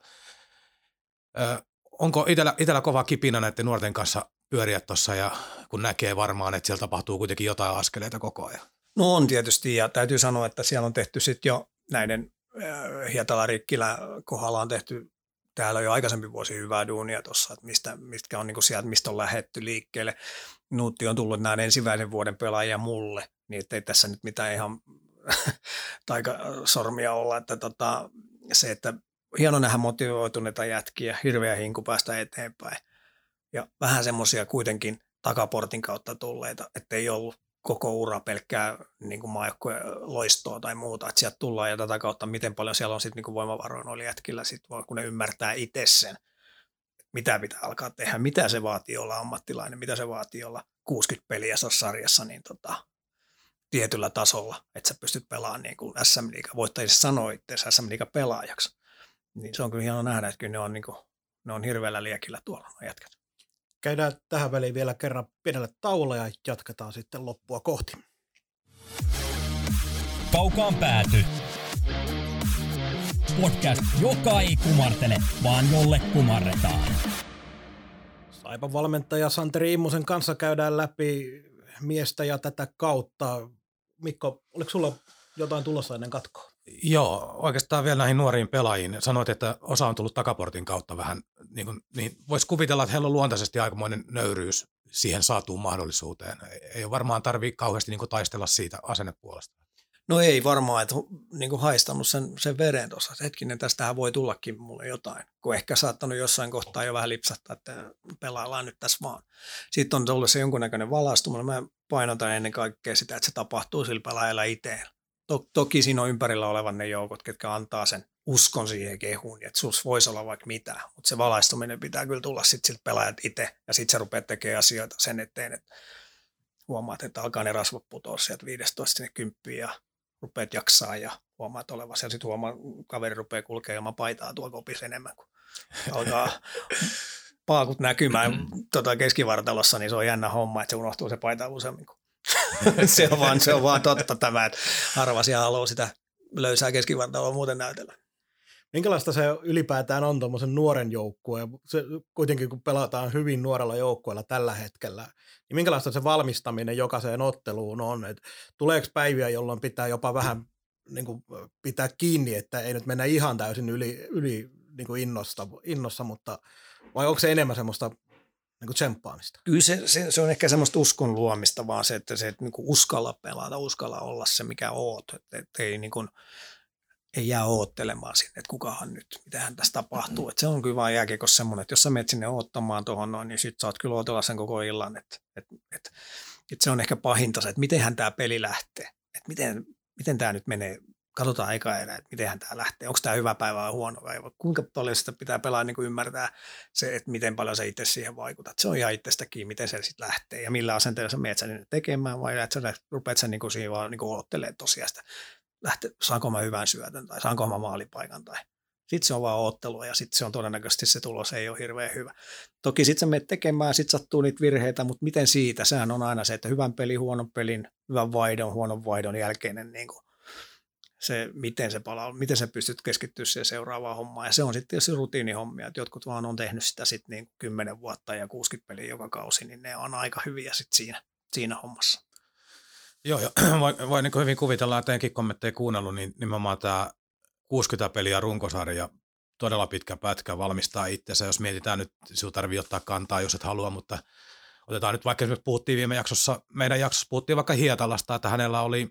Ö, onko itsellä, itsellä kova kipinä näiden nuorten kanssa pyöriä tuossa, ja kun näkee varmaan, että siellä tapahtuu kuitenkin jotain askeleita koko ajan? No on tietysti, ja täytyy sanoa, että siellä on tehty sitten jo näiden äh, Hietala, Rikkilä kohdalla on tehty täällä jo aikaisempi vuosi hyvää duunia tuossa, että mistä, mitkä on niinku sieltä, mistä on lähdetty liikkeelle. Nuutti on tullut nämä ensimmäisen vuoden pelaajia mulle, niin ettei tässä nyt mitään ihan taikasormia olla, että tota, se, että hieno nähdä motivoituneita jätkiä, hirveä hinku päästä eteenpäin ja vähän semmoisia kuitenkin takaportin kautta tulleita, ettei ollut koko ura pelkkää niin kuin maajoukkueen loistoa tai muuta, että sieltä tullaan ja tätä kautta miten paljon siellä on sitten niin voimavaroja noilla jätkillä, sit, kun ne ymmärtää itse sen, mitä pitää alkaa tehdä, mitä se vaatii olla ammattilainen, mitä se vaatii olla kuusikymmentä peliä sarjassa niin tota, tietyllä tasolla, että sä pystyt pelaamaan niin kuin S M-liiga, voittaisi sanoa itseäsi S M-liiga pelaajaksi. Niin se on kyllä hienoa nähdä, että kyllä ne on, niin kuin, ne on hirveällä liekillä tuolla nuo jätkät. Käydään tähän väliin vielä kerran pienelle tauolle ja jatketaan sitten loppua kohti. Kaukaan pääty. Podcast, joka ei kumartele, vaan jolle kumarretaan. Saipan valmentaja Santeri Immosen kanssa käydään läpi miestä ja tätä kautta. Mikko, oliko sulla jotain tulossa ennen katkoa? Joo, oikeastaan vielä näihin nuoriin pelaajiin. Sanoit, että osa on tullut takaportin kautta vähän, niin, kuin, niin voisi kuvitella, että heillä on luontaisesti aikamoinen nöyryys siihen saatuun mahdollisuuteen. Ei ole varmaan tarvitse kauheasti niin kuin taistella siitä asennepuolesta. No ei varmaan, että niin kuin haistanut sen, sen veren tuossa. Hetkinen, tästähän voi tullakin mulle jotain, kun ehkä saattanut jossain kohtaa jo vähän lipsattaa, että pelaillaan nyt tässä vaan. Sitten on tullut se jonkunnäköinen valaistuminen. Mä painotan ennen kaikkea sitä, että se tapahtuu sillä pelaajalla itse. Toki siinä on ympärillä olevan ne joukot, ketkä antaa sen uskon siihen kehuun, että sus voisi olla vaikka mitään, mutta se valaistuminen pitää kyllä tulla sitten siltä pelaajat itse, ja sitten sä rupeat tekemään asioita sen eteen, että huomaat, että alkaa ne rasvat putoa sieltä viidestoista sinne kymppiin, ja rupeat jaksaa, ja huomaat olevasi, ja sitten huomaa, kaveri rupeaa kulkemaan ilman paitaa tuolla kopissa enemmän, kun alkaa paakut näkymään tota keskivartalossa, niin se on jännä homma, että se unohtuu se paita useammin kuin se, on vaan, se on vaan totta tämä, että harva siellä haluaa sitä löysää keskivartaloa muuten näytellä. Minkälaista se ylipäätään on tuommoisen nuoren joukkueen? Se, kuitenkin kun pelataan hyvin nuorella joukkueella tällä hetkellä, niin minkälaista se valmistaminen jokaiseen otteluun on? Et tuleeko päiviä, jolloin pitää jopa vähän niin kuin, pitää kiinni, että ei nyt mennä ihan täysin yli, yli niin kuin innosta, innossa, mutta vai onko se enemmän semmoista niin kuin tsemppaamista? Kyllä se, se, se on ehkä semmoista uskon luomista, vaan se, että se että niin kuin uskalla pelata, uskalla olla se, mikä oot. Että, että ei, niin kuin, ei jää oottelemaan sinne, että kukahan nyt, mitähän tässä tapahtuu. Että se on kyllä vaan jääkiekossa semmoinen, että jos sä menet sinne oottamaan tuohon noin, niin sit saat kyllä ootella sen koko illan. Että, että, että, että se on ehkä pahinta se, että mitenhän tämä peli lähtee. Että miten, miten tämä nyt menee. Katsotaan aika erää, että mitenhän tämä lähtee. Onko tämä hyvä päivä vai huono päivä? Kuinka paljon sitä pitää pelaa niin kuin ymmärtää se, että miten paljon sä itse siihen vaikutat. Se on ihan itsestäkin, miten se sitten lähtee ja millä asenteella sä menet sen tekemään vai että sä rupeat sen niin kuin siihen vaan niin kuin odottelemaan tosiaan sitä. Lähtee, saanko mä hyvän syötön tai saanko mä maalipaikan tai sitten se on vaan odottelua ja sitten se on todennäköisesti se tulos ei ole hirveän hyvä. Toki sitten sä menet tekemään, sitten sattuu niitä virheitä, mutta miten siitä? Sehän on aina se, että hyvän pelin, huonon pelin, hyvän vaihdon, huonon vaihdon jälkeinen niin kuin se, miten se palaa, miten sä pystyt keskittyä siihen seuraavaan hommaan. Ja se on sitten tietysti rutiinihommia, että jotkut vaan on tehnyt sitä sitten niin kymmenen vuotta ja kuusikymmentä peliä joka kausi, niin ne on aika hyviä sitten siinä, siinä hommassa. Joo, ja voi, voi niin hyvin kuvitella, että teidänkin kommentteja kuunnellut, niin nimenomaan tämä kuusikymmentä peliä runkosarja, todella pitkä pätkä valmistaa itsensä. Jos mietitään nyt, sinun tarvitsee ottaa kantaa, jos et halua, mutta otetaan nyt vaikka esimerkiksi puhuttiin viime jaksossa, meidän jaksossa puhuttiin vaikka Hietalasta, että hänellä oli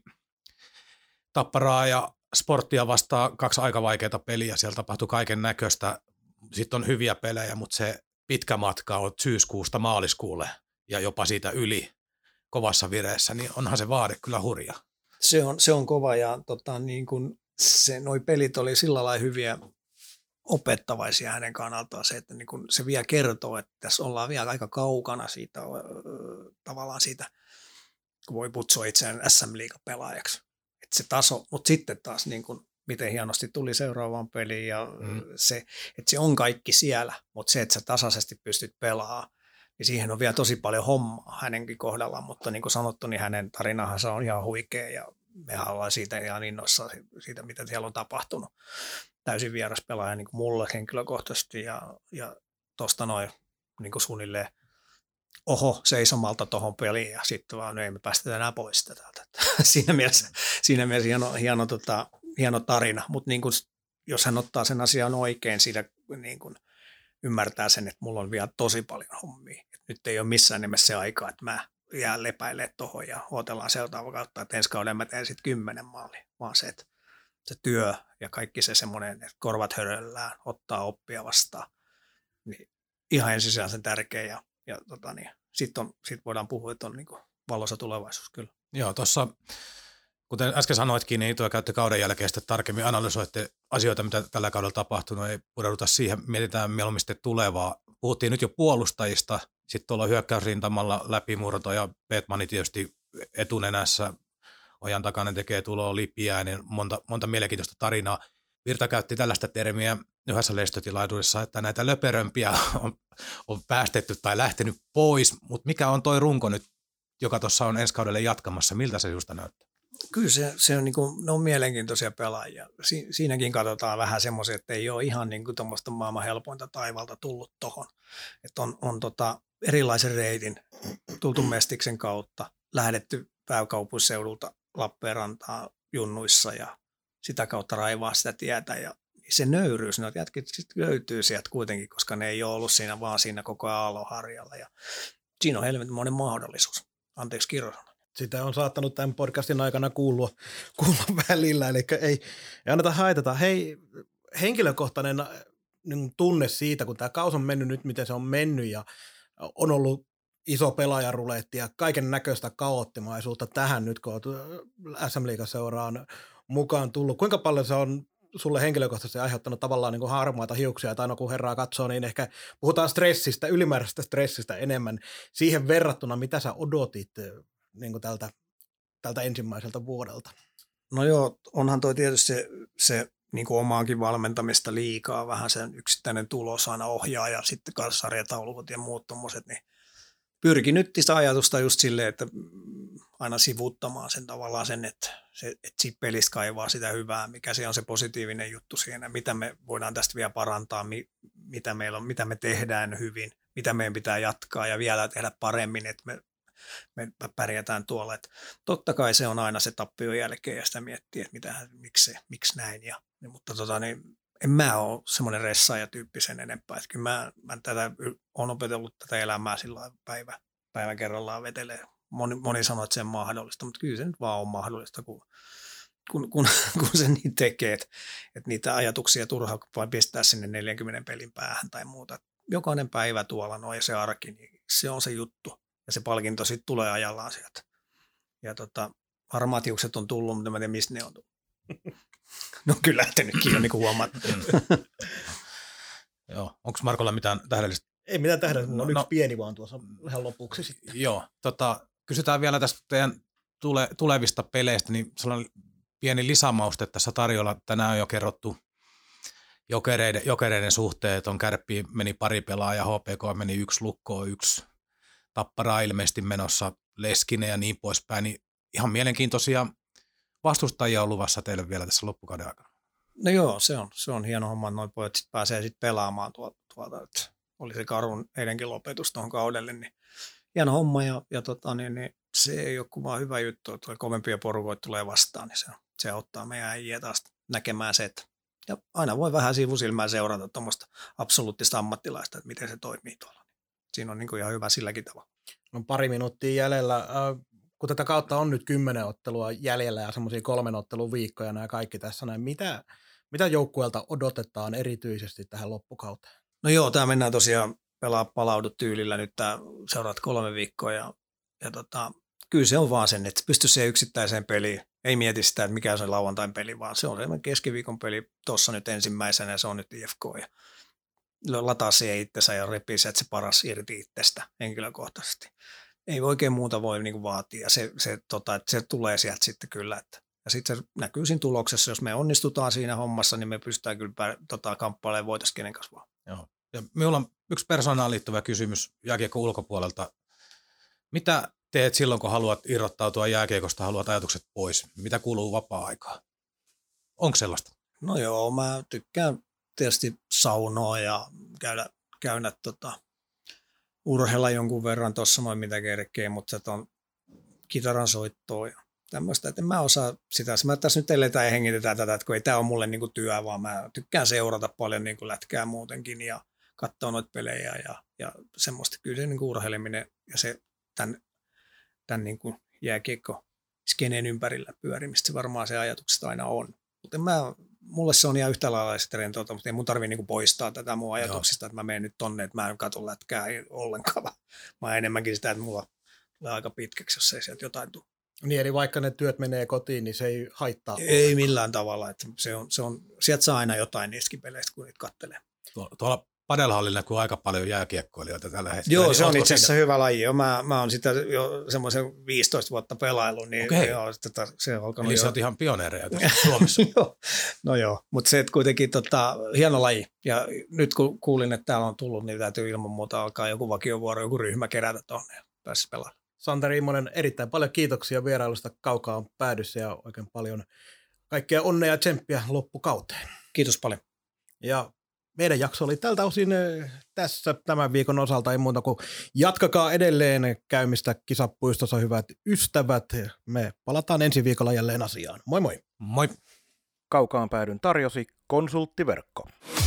Tapparaa ja Sporttia vastaan kaksi aika vaikeaa peliä, siellä tapahtui kaiken näköistä, sitten on hyviä pelejä, mutta se pitkä matka on syyskuusta maaliskuulle ja jopa siitä yli kovassa vireessä, niin onhan se vaade kyllä hurja. Se on, se on kova ja tota, niin kun se, noi pelit oli sillä lailla hyviä opettavaisia hänen kannaltaan se, että niin kun se vielä kertoo, että tässä ollaan vielä aika kaukana siitä tavallaan siitä, kun voi kutsua itseään S M-liigapelaajaksi. Että se taso, mutta sitten taas niin kun, miten hienosti tuli seuraavaan peliin ja mm. se, että se on kaikki siellä, mutta se, että sä tasaisesti pystyt pelaamaan, niin siihen on vielä tosi paljon hommaa hänenkin kohdallaan, mutta niin kuin sanottu, niin hänen tarinahansa on ihan huikea ja mehän ollaan siitä ihan innoissaan siitä, mitä siellä on tapahtunut. Täysin vieras pelaaja niin kuin mulle henkilökohtaisesti ja, ja tuosta noin niin kuin suunnilleen oho seisomalta tuohon peliin ja sitten vaan no ei me päästä enää pois täältä. siinä mielessä, siinä mielessä hieno, hieno, tota, hieno tarina, mutta niin kuin, jos hän ottaa sen asian oikein, siitä niin kuin ymmärtää sen, että mulla on vielä tosi paljon hommia. Et nyt ei ole missään nimessä se aika, että mä jään lepäilemään tuohon ja odotellaan seuraava kautta, että ensi kauden mä teen sitten kymmenen maalia, vaan se, että se työ ja kaikki se semmoinen, että korvat höröllään, ottaa oppia vastaan, niin ihan ensisijaisen tärkeä ja, ja tota niin, sitten sit voidaan puhua, että on niin kuin valoisa tulevaisuus kyllä. Joo, tuossa kuten äsken sanoitkin, niin tuo käytte kauden jälkeen sitten tarkemmin analysoitte asioita, mitä tällä kaudella tapahtunut. Ei pureuduta siihen, mietitään mieluummin sitten tulevaa. Puhuttiin nyt jo puolustajista, sitten tuolla hyökkäysrintamalla läpimurto ja Petmani tietysti etunenässä. Ojan takana tekee tuloa lipiää, niin monta, monta mielenkiintoista tarinaa. Virta käytti tällaista termiä yhdessä leistötilaisuudessa, että näitä löperömpiä on, on päästetty tai lähtenyt pois, mutta mikä on toi runko nyt, joka tuossa on ensi kaudelle jatkamassa, miltä se justa näyttää? Kyllä se, se on, niin kuin, ne on mielenkiintoisia pelaajia. Si, siinäkin katsotaan vähän semmoisia, että ei ole ihan niin kuin tuommoista maailman helpointa taivalta tullut tuohon. Että on, on tota erilaisen reitin tultu Mestiksen kautta, lähdetty pääkaupunkiseudulta Lappeenrantaan junnuissa ja sitä kautta raivaa sitä tietä ja se nöyryys, ne jätkät sitten löytyy sieltä kuitenkin, koska ne ei ole ollut siinä vaan siinä koko ajan aallonharjalla ja siinä on helvetin mahdollisuus. Anteeksi Kirrosanen. Sitä on saattanut tämän podcastin aikana kuulua, kuulua välillä, eli ei, ei anneta haitata. Hei, henkilökohtainen niin tunne siitä, kun tämä kaus on mennyt nyt, miten se on mennyt ja on ollut iso pelaajaruletti ja kaiken näköistä kaoottimaisuutta tähän nyt, kun olet S M-liigaseuraan mukaan tullut. Kuinka paljon se on sulle henkilökohtaisesti aiheuttanut tavallaan niin kuin harmaata hiuksia, tai aina kun herraa katsoo, niin ehkä puhutaan stressistä, ylimääräisestä stressistä enemmän siihen verrattuna, mitä sä odotit niin kuin tältä, tältä ensimmäiseltä vuodelta? No joo, onhan toi tietysti se, se niin kuin omaankin valmentamista liikaa, vähän sen yksittäinen tulos aina ohjaa ja sitten kanssa sarjataulukot ja muut tommoset, niin pyrki nyt sitä ajatusta just silleen, että aina sivuuttamaan sen tavallaan sen, että, se, että siitä pelistä kaivaa sitä hyvää, mikä se on se positiivinen juttu siinä, mitä me voidaan tästä vielä parantaa, mitä, meillä on, mitä me tehdään hyvin, mitä meidän pitää jatkaa ja vielä tehdä paremmin, että me, me pärjätään tuolla. Että totta kai se on aina se tappion jälkeen ja sitä miettii, että mitä, miksi, se, miksi näin. Ja, niin, mutta tota, niin, en mä ole semmoinen ressaaja-tyyppi sen enempää. Että kyllä mä, mä tätä, olen opetellut tätä elämää sillä päivä, päivän kerrallaan vetelee. Moni, moni sanoo, että se on mahdollista, mutta kyllä se nyt vaan on mahdollista, kun, kun, kun, kun se niin tekee. Että, että niitä ajatuksia turhaa vain pistää sinne neljänkymmenen pelin päähän tai muuta. Jokainen päivä tuolla noin ja se arki, niin se on se juttu. Ja se palkinto sitten tulee ajallaan sieltä. Ja tota, harmaat hiukset on tullut, mutta mä en tiedä, mistä ne on tullut. No kyllä lähtenytkin jo, niin kuin huomaat. Joo, onko Markolla mitään tähdellistä? Ei mitään tähdellistä, mulla on no, yksi pieni vaan tuossa ihan lopuksi sitten. Joo, tota, kysytään vielä tästä teidän tule, tulevista peleistä, niin sellainen pieni lisämauste tässä tarjolla. Tänään on jo kerrottu jokereiden, jokereiden suhteet, on Kärppiin meni pari pelaajaa, H P K meni yksi, Lukko yksi, Tapparaa ilmeisesti menossa, Leskinen ja niin poispäin, niin ihan mielenkiintoisia vastustajia on luvassa teille vielä tässä loppukauden aikana. No joo, se on, se on hieno homma, noin pojat sit pääsee sitten pelaamaan tuolta, tuolta, että oli se Karun eilenkin lopetus tuohon kaudelle, niin hieno homma ja, ja tota, niin, niin, se ei ole kuin vaan hyvä juttu, että kovempia porukoita tulee vastaan, niin se, se auttaa meidän äijää taas näkemään se, että ja aina voi vähän sivusilmään seurata tuommoista absoluuttista ammattilaista, että miten se toimii tuolla. Siinä on niin kuin ihan hyvä silläkin tavalla. On pari minuuttia jäljellä. Kun tätä kautta on nyt kymmenen ottelua jäljellä ja semmoisia kolmen ottelun viikkoja nämä kaikki tässä näin, mitä, mitä joukkueelta odotetaan erityisesti tähän loppukauteen? No joo, tämä mennään tosiaan pelaa palaudut tyylillä nyt tämä seuraat kolme viikkoa ja, ja tota, kyllä se on vaan sen, että pystyy siihen yksittäiseen peliin. Ei mieti sitä, että mikä on se lauantain peli, vaan se on semmoinen keskiviikon peli tuossa nyt ensimmäisenä ja se on nyt I F K ja lataa siihen itsensä ja repii se, että se paras irti itsestä henkilökohtaisesti. Ei oikein muuta voi niin kuin vaatia. Se, se, tota, että se tulee sieltä sitten kyllä. Että. Ja sitten se näkyy siinä tuloksessa. Jos me onnistutaan siinä hommassa, niin me pystytään kyllä tota, kamppailemaan voitaisiin kenen kasvaa. Joo. Ja minulla on yksi persoonaan liittyvä kysymys jääkiekon ulkopuolelta. Mitä teet silloin, kun haluat irrottautua jääkiekosta, haluat ajatukset pois? Mitä kuuluu vapaa-aikaa? Onko sellaista? No joo, mä tykkään tietysti saunoa ja käydä, käydä tota, urheilla jonkun verran tuossa noin mitä kerkee, mutta se on kitaran soittoa ja tämmöistä, että en mä osaa sitä. Mä tässä nyt eletään ja hengitetään tätä, että kun ei tämä ole mulle niinku työ, vaan mä tykkään seurata paljon niinku lätkää muutenkin ja katsoa noita pelejä ja, ja semmoista. Kyllä se niinku urheileminen ja se tämän, tämän niinku jääkiekko skeneen ympärillä pyörimistä, se varmaan se ajatukset aina on. Mutta mä, mulle se on ihan yhtä lailla sitä rentouta, mutta ei mun tarvitse niinku poistaa tätä mun ajatuksista, Joo. että mä menen nyt tonne, että mä en katso lätkää ollenkaan. Mä oon enemmänkin sitä, että mulla tulee aika pitkäksi, jos ei sieltä jotain tule. Niin, eli vaikka ne työt menee kotiin, niin se ei haittaa. Ei ollenkaan. Millään tavalla. Että se on, se on, sieltä saa aina jotain niistäkin peleistä, kun niitä kattelee. Tuolla Padelhallilla näkyy aika paljon jääkiekkoilijoita tällä hetkellä. Joo, niin se on itse asiassa siinä hyvä laji. Mä, mä oon sitä jo semmoisen viisitoista vuotta pelaillut, niin okay. joo, tota, se on alkanut Eli jo. sä oot ihan pioneereja tässä Suomessa. Joo, no joo, mutta se, että kuitenkin tota, hieno laji. Ja nyt kun kuulin, että täällä on tullut, niin täytyy ilman muuta alkaa joku vakiovuoro, joku ryhmä kerätä tuonne ja pääsisi pelaamaan. Santeri Immonen, erittäin paljon kiitoksia vierailusta Kaukaan päädyssä ja oikein paljon kaikkea onnea ja tsemppiä loppukauteen. Kiitos paljon. Ja meidän jakso oli tältä osin tässä tämän viikon osalta. Ei muuta kuin jatkakaa edelleen käymistä Kisapuistossa, hyvät ystävät. Me palataan ensi viikolla jälleen asiaan. Moi moi. Moi. Kaukaan päädyn tarjosi Konsulttiverkko.